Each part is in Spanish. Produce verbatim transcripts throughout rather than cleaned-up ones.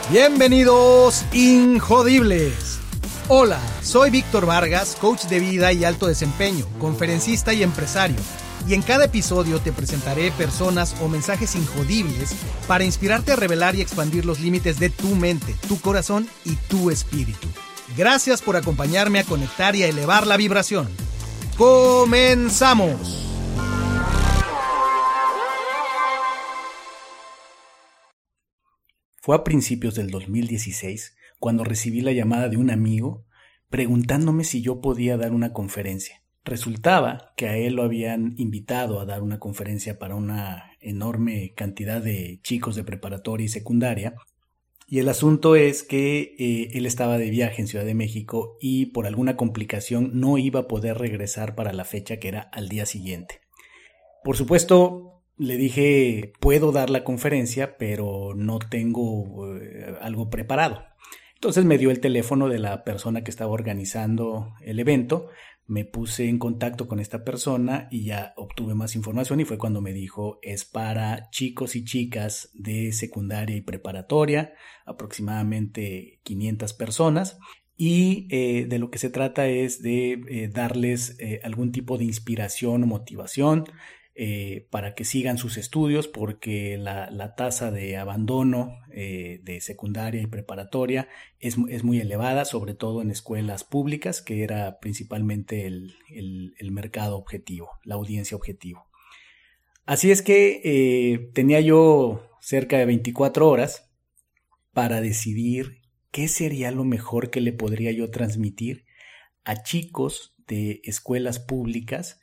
Bienvenidos, Injodibles. Hola, soy Víctor Vargas, coach de vida y alto desempeño, conferencista y empresario. Y en cada episodio te presentaré personas o mensajes injodibles para inspirarte a revelar y expandir los límites de tu mente, tu corazón y tu espíritu. Gracias por acompañarme a conectar y a elevar la vibración. ¡Comenzamos! Fue a principios del dos mil dieciséis cuando recibí la llamada de un amigo preguntándome si yo podía dar una conferencia. Resultaba que a él lo habían invitado a dar una conferencia para una enorme cantidad de chicos de preparatoria y secundaria, y el asunto es que eh, él estaba de viaje en Ciudad de México y por alguna complicación no iba a poder regresar para la fecha que era al día siguiente. Por supuesto, le dije, puedo dar la conferencia, pero no tengo eh, algo preparado. Entonces me dio el teléfono de la persona que estaba organizando el evento, me puse en contacto con esta persona y ya obtuve más información y fue cuando me dijo, es para chicos y chicas de secundaria y preparatoria, aproximadamente quinientas personas, y eh, de lo que se trata es de eh, darles eh, algún tipo de inspiración o motivación, Eh, para que sigan sus estudios, porque la, la tasa de abandono eh, de secundaria y preparatoria es, es muy elevada, sobre todo en escuelas públicas, que era principalmente el, el, el mercado objetivo, la audiencia objetivo. Así es que eh, tenía yo cerca de veinticuatro horas para decidir qué sería lo mejor que le podría yo transmitir a chicos de escuelas públicas,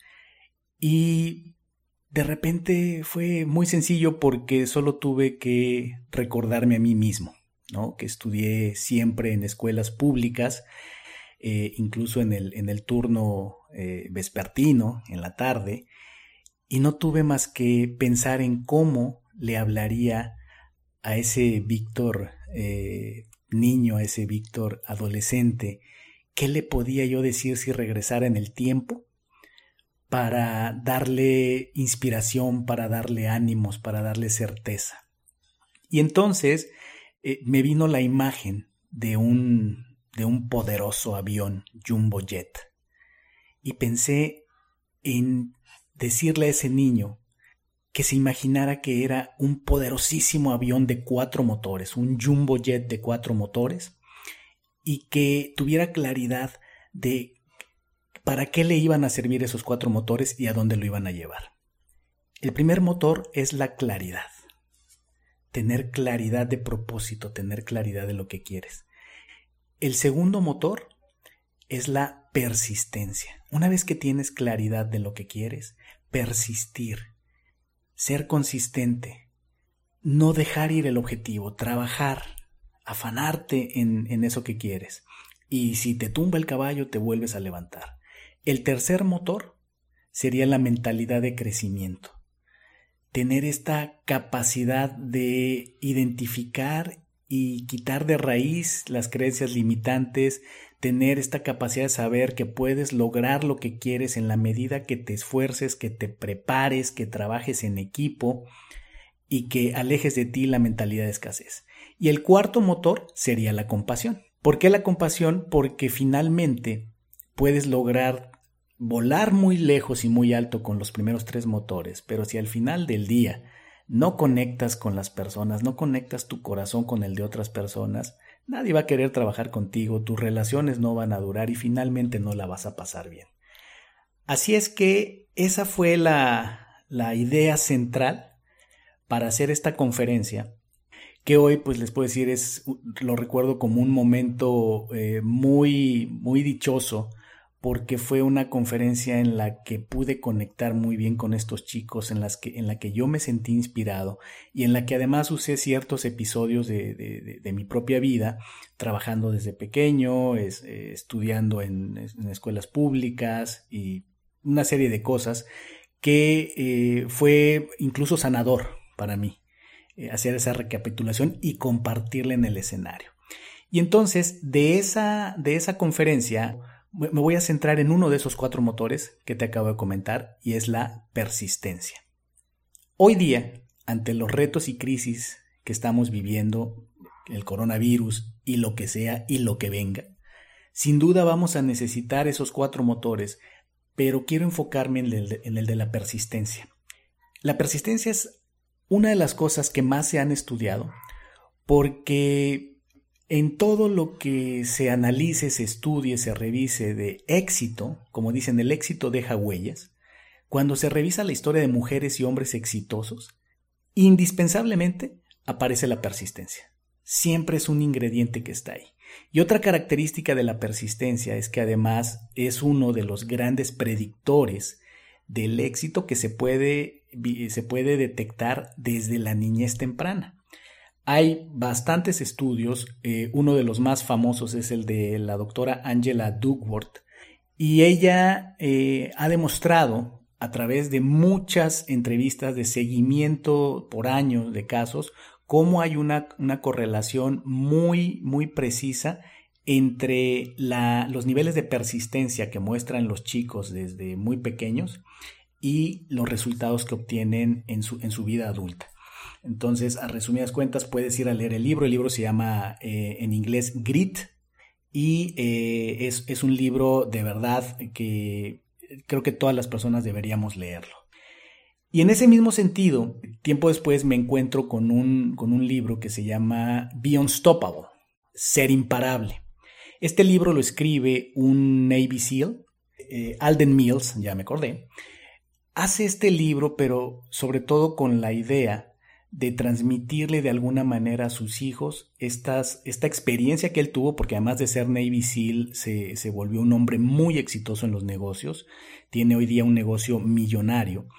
y de repente fue muy sencillo porque solo tuve que recordarme a mí mismo, ¿no? Que estudié siempre en escuelas públicas, eh, incluso en el, en el turno eh, vespertino, en la tarde, y no tuve más que pensar en cómo le hablaría a ese Víctor eh, niño, a ese Víctor adolescente, qué le podía yo decir si regresara en el tiempo, para darle inspiración, para darle ánimos, para darle certeza. Y entonces eh, me vino la imagen de un, de un poderoso avión Jumbo Jet. Y pensé en decirle a ese niño que se imaginara que era un poderosísimo avión de cuatro motores, un Jumbo Jet de cuatro motores, y que tuviera claridad de ¿para qué le iban a servir esos cuatro motores y a dónde lo iban a llevar? El primer motor es la claridad. Tener claridad de propósito, tener claridad de lo que quieres. El segundo motor es la persistencia. Una vez que tienes claridad de lo que quieres, persistir, ser consistente, no dejar ir el objetivo, trabajar, afanarte en, en eso que quieres. Y si te tumba el caballo, te vuelves a levantar. El tercer motor sería la mentalidad de crecimiento. Tener esta capacidad de identificar y quitar de raíz las creencias limitantes, tener esta capacidad de saber que puedes lograr lo que quieres en la medida que te esfuerces, que te prepares, que trabajes en equipo y que alejes de ti la mentalidad de escasez. Y el cuarto motor sería la compasión. ¿Por qué la compasión? Porque finalmente puedes lograr volar muy lejos y muy alto con los primeros tres motores, pero si al final del día no conectas con las personas, no conectas tu corazón con el de otras personas, nadie va a querer trabajar contigo, tus relaciones no van a durar y finalmente no la vas a pasar bien. Así es que esa fue la, la idea central para hacer esta conferencia, que hoy pues les puedo decir, es, lo recuerdo como un momento eh, muy, muy dichoso, porque fue una conferencia en la que pude conectar muy bien con estos chicos, en, las que, en la que yo me sentí inspirado y en la que además usé ciertos episodios de, de, de, de mi propia vida, trabajando desde pequeño, es, eh, estudiando en, en escuelas públicas y una serie de cosas que eh, fue incluso sanador para mí, eh, hacer esa recapitulación y compartirla en el escenario. Y entonces de esa, de esa conferencia me voy a centrar en uno de esos cuatro motores que te acabo de comentar, y es la persistencia. Hoy día, ante los retos y crisis que estamos viviendo el coronavirus y lo que sea y lo que venga. Sin duda vamos a necesitar esos cuatro motores, pero quiero enfocarme en el, de, en el de la persistencia. La persistencia es una de las cosas que más se han estudiado porque en todo lo que se analice, se estudie, se revise de éxito, como dicen, el éxito deja huellas. Cuando se revisa la historia de mujeres y hombres exitosos, indispensablemente aparece la persistencia. Siempre es un ingrediente que está ahí. Y otra característica de la persistencia es que además es uno de los grandes predictores del éxito que se puede, se puede detectar desde la niñez temprana. Hay bastantes estudios, eh, uno de los más famosos es el de la doctora Angela Duckworth, y ella eh, ha demostrado a través de muchas entrevistas de seguimiento por años de casos, cómo hay una, una correlación muy, muy precisa entre la, los niveles de persistencia que muestran los chicos desde muy pequeños y los resultados que obtienen en su, en su vida adulta. Entonces, a resumidas cuentas, puedes ir a leer el libro. El libro se llama eh, en inglés Grit y eh, es, es un libro de verdad que creo que todas las personas deberíamos leerlo. Y en ese mismo sentido, tiempo después me encuentro con un, con un libro que se llama Be Unstoppable, Ser Imparable. Este libro lo escribe un Navy SEAL, eh, Alden Mills, ya me acordé. Hace este libro, pero sobre todo con la idea de transmitirle de alguna manera a sus hijos estas, esta experiencia que él tuvo, porque además de ser Navy SEAL se, se volvió un hombre muy exitoso en los negocios, tiene hoy día un negocio millonario.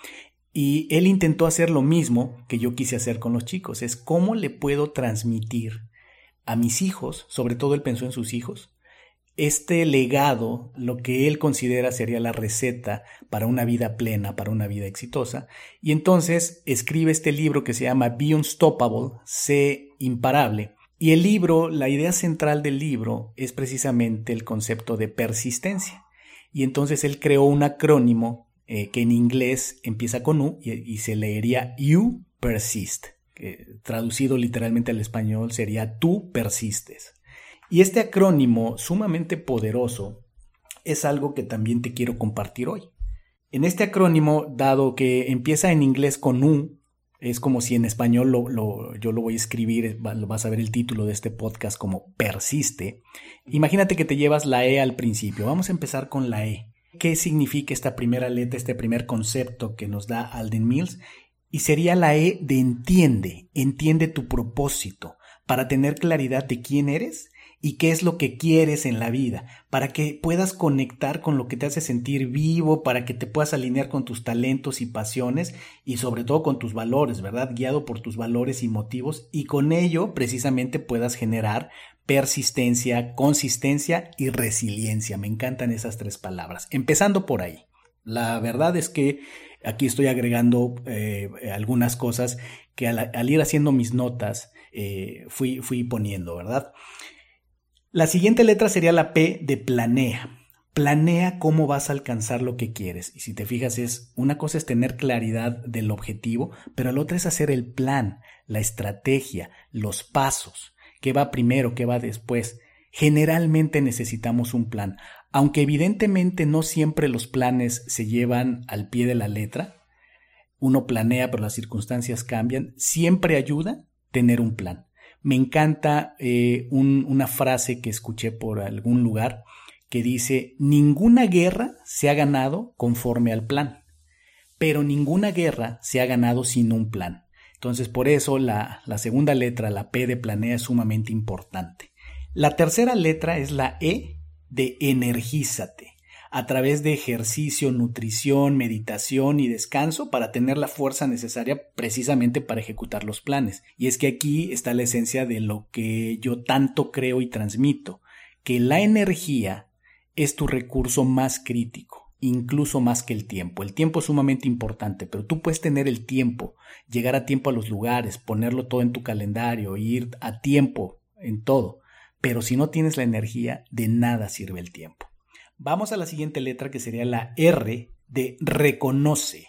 Y él intentó hacer lo mismo que yo quise hacer con los chicos, es cómo le puedo transmitir a mis hijos, sobre todo él pensó en sus hijos, este legado, lo que él considera sería la receta para una vida plena, para una vida exitosa. Y entonces escribe este libro que se llama Be Unstoppable, Sé Imparable. Y el libro, la idea central del libro es precisamente el concepto de persistencia. Y entonces él creó un acrónimo eh, que en inglés empieza con U y, y se leería You Persist, que traducido literalmente al español sería Tú persistes. Y este acrónimo sumamente poderoso es algo que también te quiero compartir hoy. En este acrónimo, dado que empieza en inglés con U, es como si en español lo, lo, yo lo voy a escribir, vas a ver el título de este podcast como persiste. Imagínate que te llevas la E al principio. Vamos a empezar con la E. ¿Qué significa esta primera letra, este primer concepto que nos da Alden Mills? Y sería la E de entiende, entiende tu propósito, para tener claridad de quién eres y qué es lo que quieres en la vida, para que puedas conectar con lo que te hace sentir vivo, para que te puedas alinear con tus talentos y pasiones y sobre todo con tus valores, ¿verdad? Guiado por tus valores y motivos, y con ello precisamente puedas generar persistencia, consistencia y resiliencia. Me encantan esas tres palabras, empezando por ahí. La verdad es que aquí estoy agregando eh, algunas cosas que al, al ir haciendo mis notas eh, fui, fui poniendo, ¿verdad? La siguiente letra sería la P de planea. Planea cómo vas a alcanzar lo que quieres. Y si te fijas, es una cosa es tener claridad del objetivo, pero la otra es hacer el plan, la estrategia, los pasos. ¿Qué va primero? ¿Qué va después? Generalmente necesitamos un plan. Aunque evidentemente no siempre los planes se llevan al pie de la letra, uno planea pero las circunstancias cambian, siempre ayuda tener un plan. Me encanta eh, un, una frase que escuché por algún lugar que dice: ninguna guerra se ha ganado conforme al plan, pero ninguna guerra se ha ganado sin un plan. Entonces por eso la, la segunda letra, la P de planea, es sumamente importante. La tercera letra es la E de energízate, a través de ejercicio, nutrición, meditación y descanso para tener la fuerza necesaria precisamente para ejecutar los planes. Y es que aquí está la esencia de lo que yo tanto creo y transmito, que la energía es tu recurso más crítico, incluso más que el tiempo. El tiempo es sumamente importante, pero tú puedes tener el tiempo, llegar a tiempo a los lugares, ponerlo todo en tu calendario, ir a tiempo en todo, pero si no tienes la energía, de nada sirve el tiempo. Vamos a la siguiente letra, que sería la R de reconoce.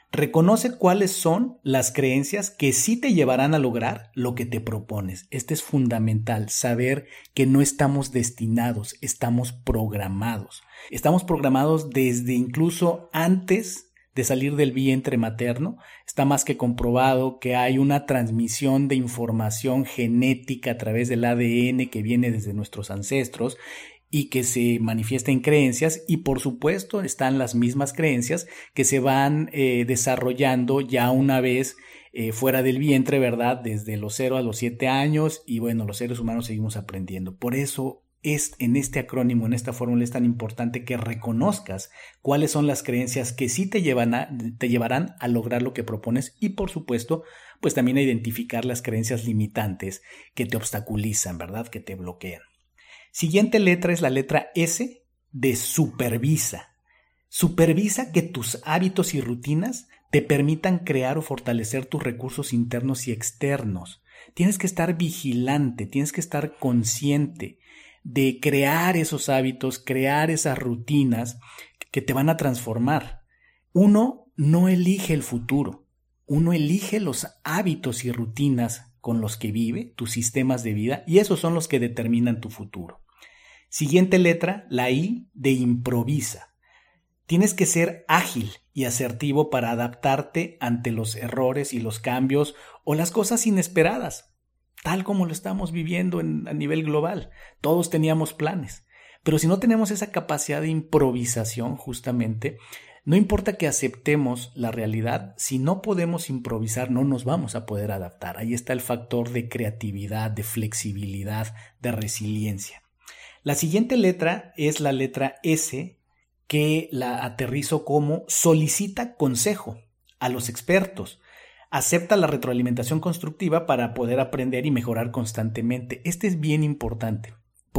Reconoce cuáles son las creencias que sí te llevarán a lograr lo que te propones. Este es fundamental, saber que no estamos destinados, estamos programados. Estamos programados desde incluso antes de salir del vientre materno. Está más que comprobado que hay una transmisión de información genética a través del A D N que viene desde nuestros ancestros y que se manifiesta en creencias, y por supuesto están las mismas creencias que se van eh, desarrollando ya una vez eh, fuera del vientre, ¿verdad? Desde los cero a los siete años, y bueno, los seres humanos seguimos aprendiendo. Por eso es en este acrónimo, en esta fórmula es tan importante que reconozcas cuáles son las creencias que sí te, llevan a, te llevarán a lograr lo que propones, y por supuesto, pues también a identificar las creencias limitantes que te obstaculizan, ¿verdad? Que te bloquean. Siguiente letra es la letra S de supervisa. Supervisa que tus hábitos y rutinas te permitan crear o fortalecer tus recursos internos y externos. Tienes que estar vigilante, tienes que estar consciente de crear esos hábitos, crear esas rutinas que te van a transformar. Uno no elige el futuro, uno elige los hábitos y rutinas con los que vive, tus sistemas de vida, y esos son los que determinan tu futuro. Siguiente letra, la I de improvisa. Tienes que ser ágil y asertivo para adaptarte ante los errores y los cambios o las cosas inesperadas, tal como lo estamos viviendo en, a nivel global. Todos teníamos planes, pero si no tenemos esa capacidad de improvisación, justamente, no importa que aceptemos la realidad, si no podemos improvisar, no nos vamos a poder adaptar. Ahí está el factor de creatividad, de flexibilidad, de resiliencia. La siguiente letra es la letra S, que la aterrizo como solicita consejo a los expertos. Acepta la retroalimentación constructiva para poder aprender y mejorar constantemente. Este es bien importante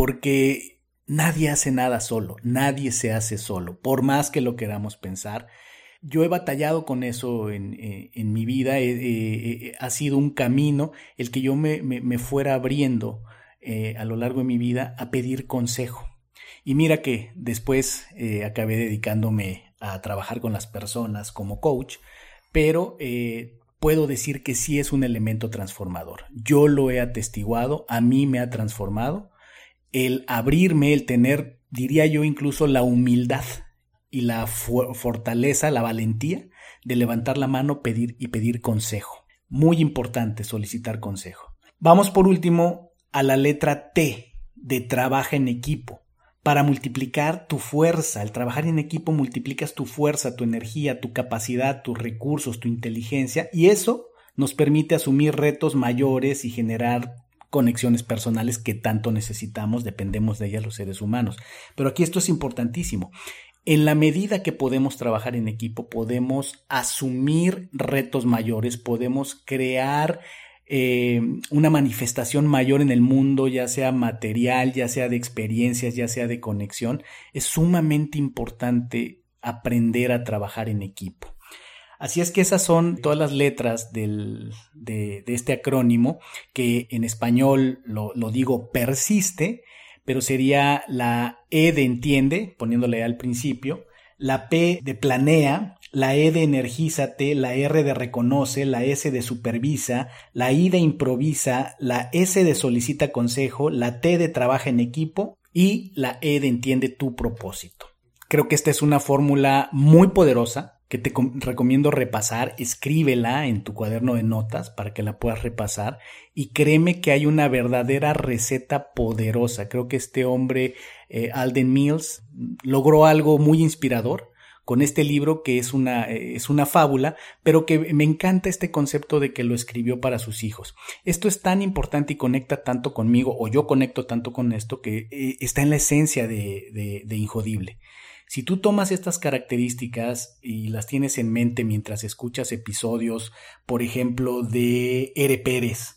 porque nadie hace nada solo, nadie se hace solo, por más que lo queramos pensar. Yo he batallado con eso en, eh, en mi vida, eh, eh, ha sido un camino el que yo me, me, me fuera abriendo eh, a lo largo de mi vida a pedir consejo. Y mira que después eh, acabé dedicándome a trabajar con las personas como coach, pero eh, puedo decir que sí es un elemento transformador. Yo lo he atestiguado, a mí me ha transformado. El abrirme, el tener, diría yo, incluso la humildad y la fu- fortaleza, la valentía de levantar la mano, pedir y pedir consejo. Muy importante solicitar consejo. Vamos por último a la letra T de trabaja en equipo. Para multiplicar tu fuerza, al trabajar en equipo multiplicas tu fuerza, tu energía, tu capacidad, tus recursos, tu inteligencia, y eso nos permite asumir retos mayores y generar conexiones personales que tanto necesitamos, dependemos de ellas los seres humanos. Pero aquí esto es importantísimo. En la medida que podemos trabajar en equipo, podemos asumir retos mayores, podemos crear eh, una manifestación mayor en el mundo, ya sea material, ya sea de experiencias, ya sea de conexión. Es sumamente importante aprender a trabajar en equipo. Así es que esas son todas las letras del, de, de este acrónimo, que en español lo, lo digo persiste, pero sería la E de entiende, poniéndole al principio, la P de planea, la E de energízate, la R de reconoce, la S de supervisa, la I de improvisa, la S de solicita consejo, la T de trabaja en equipo y la E de entiende tu propósito. Creo que esta es una fórmula muy poderosa que te recomiendo repasar. Escríbela en tu cuaderno de notas para que la puedas repasar y créeme que hay una verdadera receta poderosa. Creo que este hombre, eh, Alden Mills, logró algo muy inspirador con este libro que es una, eh, es una fábula, pero que me encanta este concepto de que lo escribió para sus hijos. Esto es tan importante y conecta tanto conmigo, o yo conecto tanto con esto, que eh, está en la esencia de, de, de Injodible. Si tú tomas estas características y las tienes en mente mientras escuchas episodios, por ejemplo, de Ere Pérez,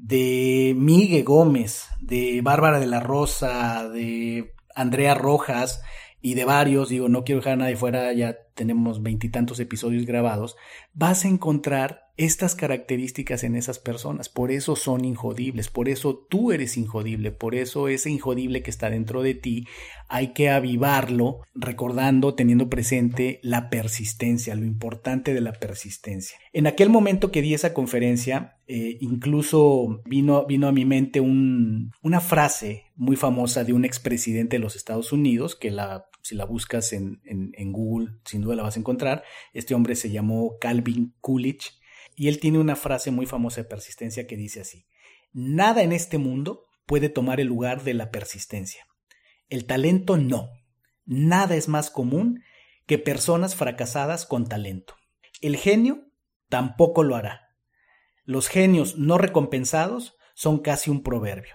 de Miguel Gómez, de Bárbara de la Rosa, de Andrea Rojas y de varios, digo, no quiero dejar a nadie fuera, ya tenemos veintitantos episodios grabados, vas a encontrar estas características en esas personas. Por eso son injodibles, por eso tú eres injodible, por eso ese injodible que está dentro de ti hay que avivarlo, recordando, teniendo presente la persistencia, lo importante de la persistencia. En aquel momento que di esa conferencia, eh, incluso vino, vino a mi mente un, una frase muy famosa de un expresidente de los Estados Unidos, que la, si la buscas en, en, en Google, sin duda la vas a encontrar. Este hombre se llamó Calvin Coolidge, y él tiene una frase muy famosa de persistencia que dice así: nada en este mundo puede tomar el lugar de la persistencia. El talento no. Nada es más común que personas fracasadas con talento. El genio tampoco lo hará. Los genios no recompensados son casi un proverbio.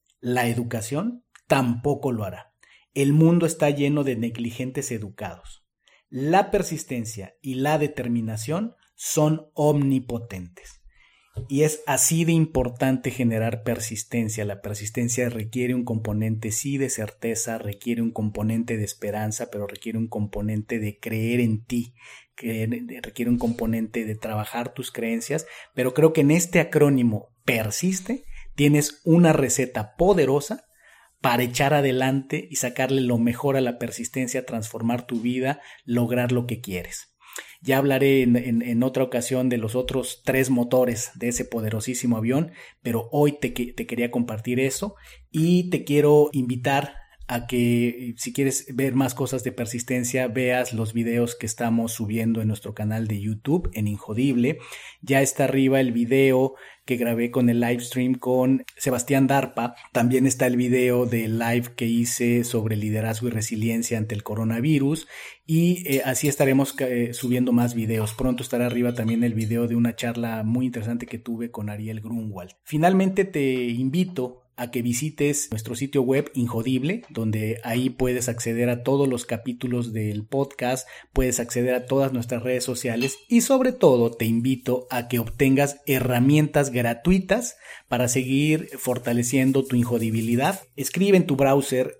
La educación tampoco lo hará. El mundo está lleno de negligentes educados. La persistencia y la determinación son omnipotentes. Y es así de importante generar persistencia. La persistencia requiere un componente sí de certeza, requiere un componente de esperanza, pero requiere un componente de creer en ti, que requiere un componente de trabajar tus creencias, pero creo que en este acrónimo persiste tienes una receta poderosa para echar adelante y sacarle lo mejor a la persistencia, transformar tu vida, lograr lo que quieres. Ya hablaré en, en, en otra ocasión de los otros tres motores de ese poderosísimo avión, pero hoy te, te quería compartir eso y te quiero invitar a que, si quieres ver más cosas de persistencia, veas los videos que estamos subiendo en nuestro canal de YouTube en Injodible. Ya está arriba el video que grabé con el live stream con Sebastián Darpa. También está el video del live que hice sobre liderazgo y resiliencia ante el coronavirus. Y eh, así estaremos eh, subiendo más videos. Pronto estará arriba también el video de una charla muy interesante que tuve con Ariel Grunwald. Finalmente te invito a que visites nuestro sitio web Injodible, donde ahí puedes acceder a todos los capítulos del podcast, puedes acceder a todas nuestras redes sociales y sobre todo te invito a que obtengas herramientas gratuitas para seguir fortaleciendo tu injodibilidad. Escribe en tu browser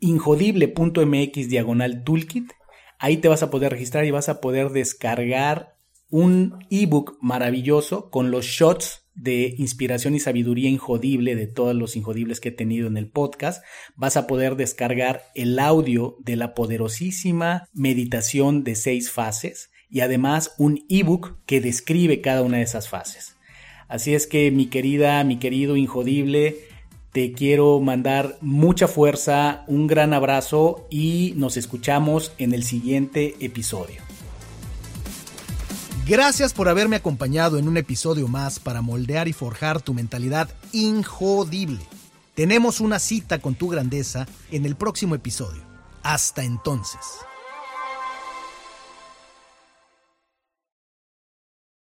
injodible.mx diagonal toolkit, ahí te vas a poder registrar y vas a poder descargar un ebook maravilloso con los shots de inspiración y sabiduría injodible de todos los injodibles que he tenido en el podcast. Vas a poder descargar el audio de la poderosísima meditación de seis fases y además un ebook que describe cada una de esas fases. Así es que mi querida, mi querido injodible, te quiero mandar mucha fuerza, un gran abrazo y nos escuchamos en el siguiente episodio. Gracias por haberme acompañado en un episodio más para moldear y forjar tu mentalidad injodible. Tenemos una cita con tu grandeza en el próximo episodio. Hasta entonces.